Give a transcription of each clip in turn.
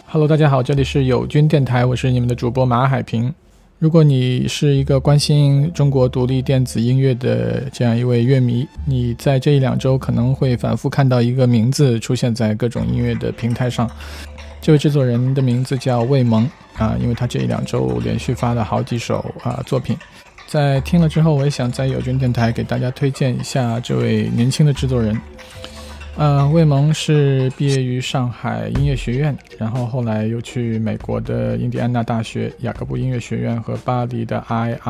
Hello， 大家好，这里是友军电台，我是你们的主播马海平。如果你是一个关心中国独立电子音乐的这样一位乐迷，你在这一两周可能会反复看到一个名字出现在各种音乐的平台上。这位制作人的名字叫魏萌因为他这一两周连续发了好几首作品。在听了之后，我也想在友军电台给大家推荐一下这位年轻的制作人。魏萌是毕业于上海音乐学院，然后后来又去美国的印第安纳大学雅各布音乐学院和巴黎的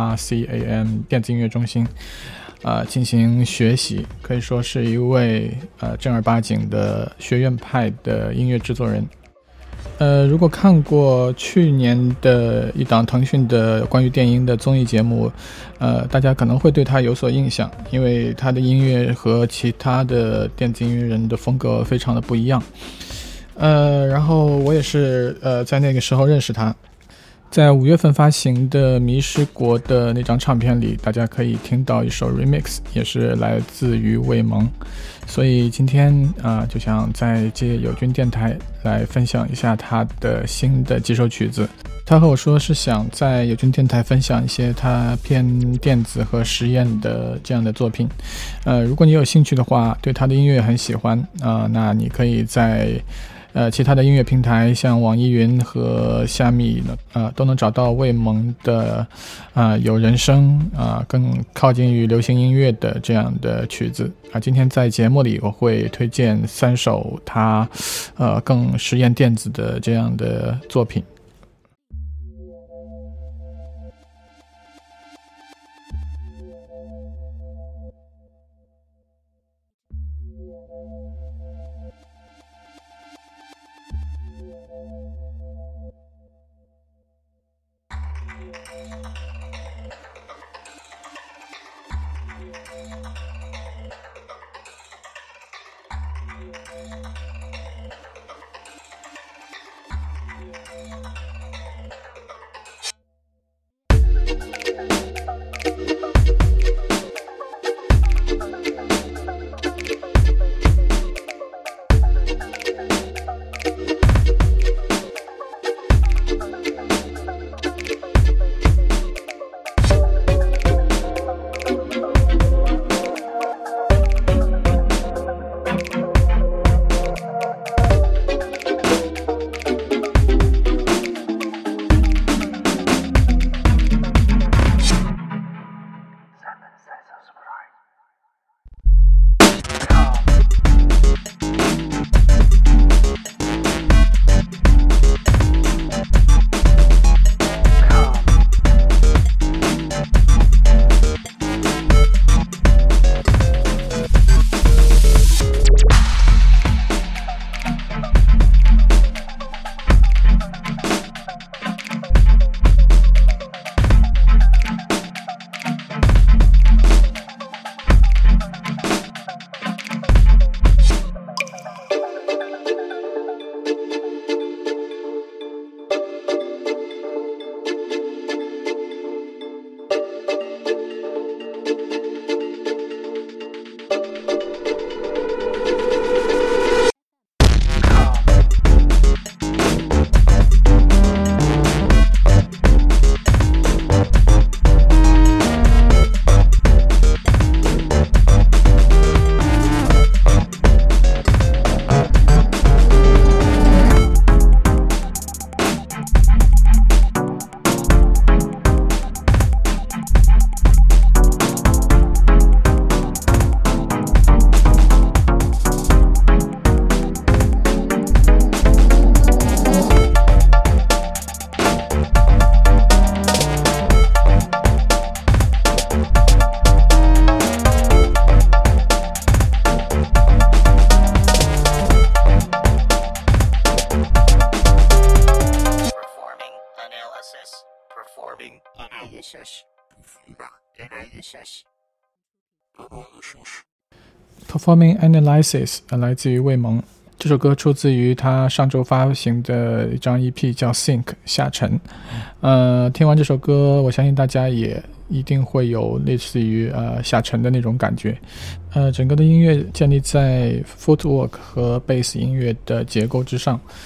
IRCAM 电子音乐中心进行学习，可以说是一位正儿八经的学院派的音乐制作人。如果看过去年的一档腾讯的关于电音的综艺节目，大家可能会对他有所印象，因为他的音乐和其他的电子音乐人的风格非常的不一样。然后我也是在那个时候认识他。在5月份发行的迷失国的那张唱片里，大家可以听到一首 remix， 也是来自于魏萌。所以今天就想在这友军电台来分享一下他的新的几首曲子。他和我说是想在友军电台分享一些他偏电子和实验的这样的作品。如果你有兴趣的话，对他的音乐很喜欢那你可以在其他的音乐平台像网易云和虾米都能找到魏萌的有人声更靠近于流行音乐的这样的曲子今天在节目里我会推荐3首他更实验电子的这样的作品。Performing Analysis 来自于魏萌。这首歌出自于他上周发行的一张 EP 叫 Sync 下沉。听完这首歌，我相信大家也一定会有类似于下沉的那种感觉。整个的音乐建立在 footwork 和 bass 音乐的结构之上。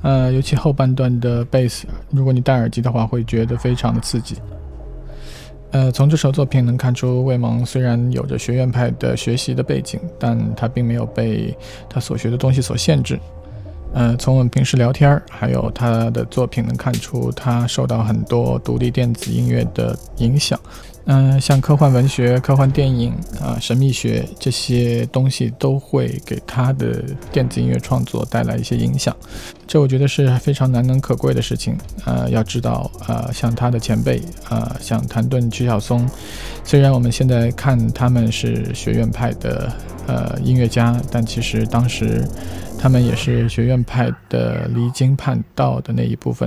尤其后半段的贝斯，如果你戴耳机的话，会觉得非常的刺激。从这首作品能看出，魏萌虽然有着学院派的学习的背景，但他并没有被他所学的东西所限制。从我们平时聊天还有他的作品能看出，他受到很多独立电子音乐的影响。像科幻文学、科幻电影神秘学这些东西都会给他的电子音乐创作带来一些影响，这我觉得是非常难能可贵的事情。要知道像他的前辈像谭盾、曲晓松，虽然我们现在看他们是学院派的音乐家，但其实当时他们也是学院派的离经叛道的那一部分。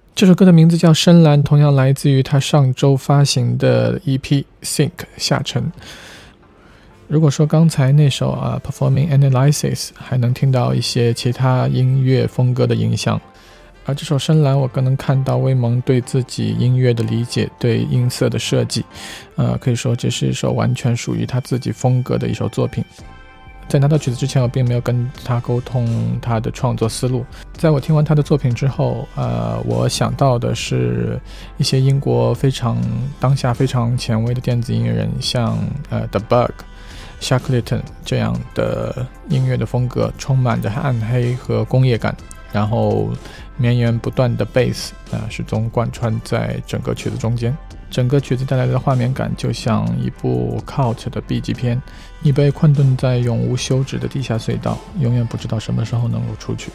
这首歌的名字叫深蓝，同样来自于他上周发行的 EP Think 下沉。如果说刚才那首Performing Analysis 还能听到一些其他音乐风格的影响，而这首深蓝我更能看到威蒙对自己音乐的理解，对音色的设计，可以说这是一首完全属于他自己风格的一首作品。在拿到曲子之前，我并没有跟他沟通他的创作思路。在我听完他的作品之后，我想到的是一些英国当下非常前卫的电子音乐人，像The Bug、Shackleton 这样的音乐的风格，充满着暗黑和工业感，然后绵延不断的 bass 始终贯穿在整个曲子中间。整个曲子带来的画面感就像一部 cult 的 B 级片，你被困顿在永无休止的地下隧道，永远不知道什么时候能够出去。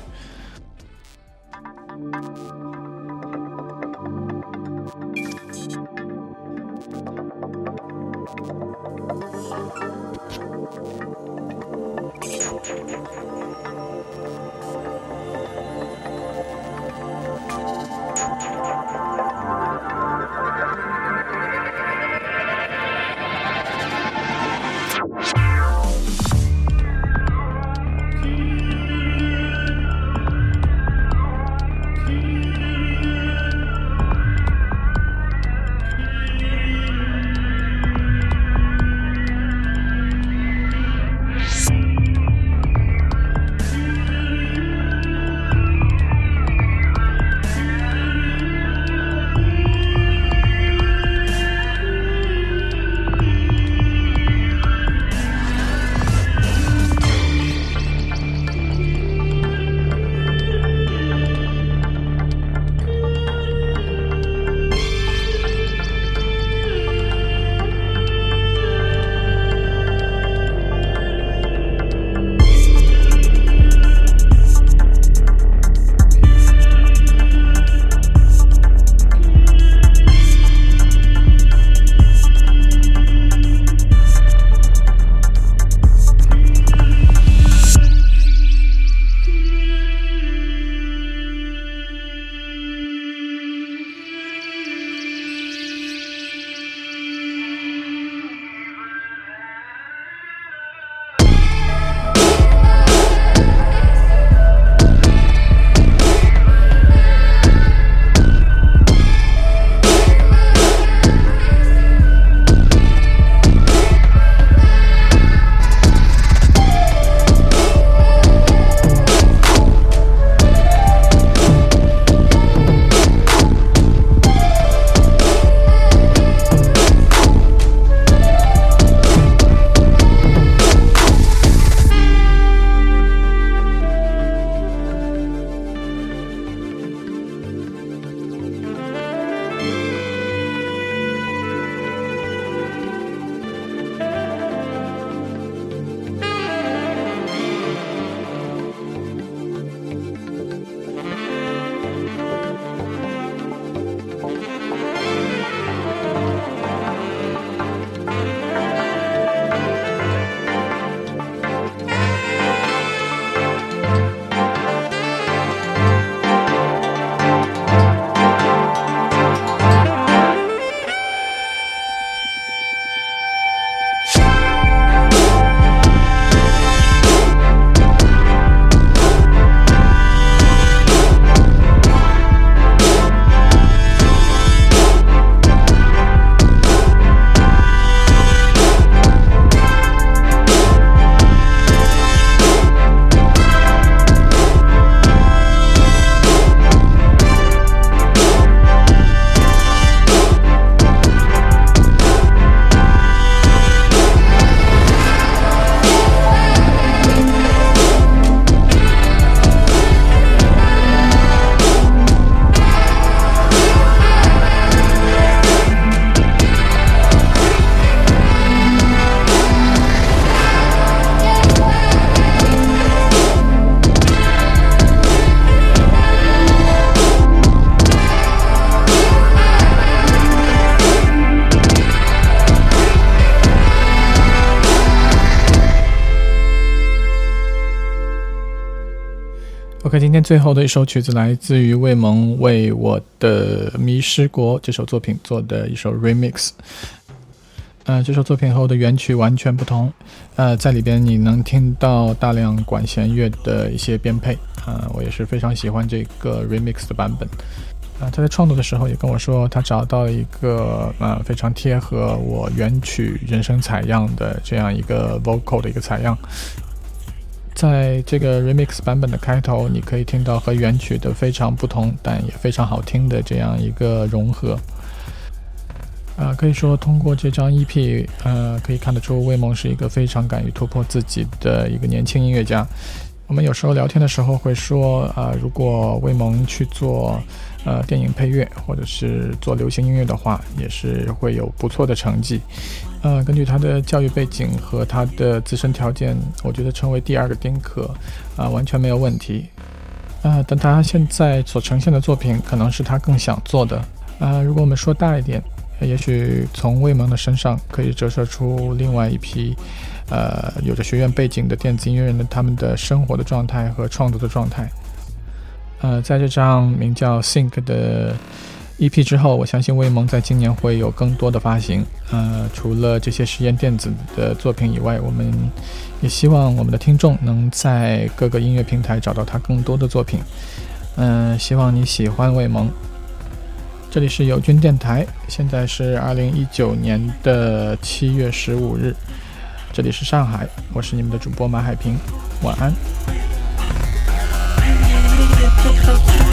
OK， 今天最后的一首曲子来自于魏萌为我的《迷失国》这首作品做的一首 remix。这首作品和我的原曲完全不同。在里边你能听到大量管弦乐的一些编配。我也是非常喜欢这个 remix 的版本。他在创作的时候也跟我说，他找到了一个非常贴合我原曲人声采样的这样一个 vocal 的一个采样。在这个 remix 版本的开头，你可以听到和原曲的非常不同，但也非常好听的这样一个融合。可以说通过这张 EP，可以看得出魏萌是一个非常敢于突破自己的一个年轻音乐家。我们有时候聊天的时候会说，如果魏萌去做电影配乐或者是做流行音乐的话，也是会有不错的成绩。根据他的教育背景和他的自身条件，我觉得成为第二个丁可完全没有问题。但他现在所呈现的作品可能是他更想做的。如果我们说大一点，也许从魏萌的身上可以折射出另外一批有着学院背景的电子音乐人的他们的生活的状态和创作的状态。在这张名叫 Think 的 EP 之后，我相信魏萌在今年会有更多的发行。除了这些实验电子的作品以外，我们也希望我们的听众能在各个音乐平台找到他更多的作品。希望你喜欢魏萌。这里是友军电台，现在是2019年的7月15日，这里是上海，我是你们的主播马海平，晚安。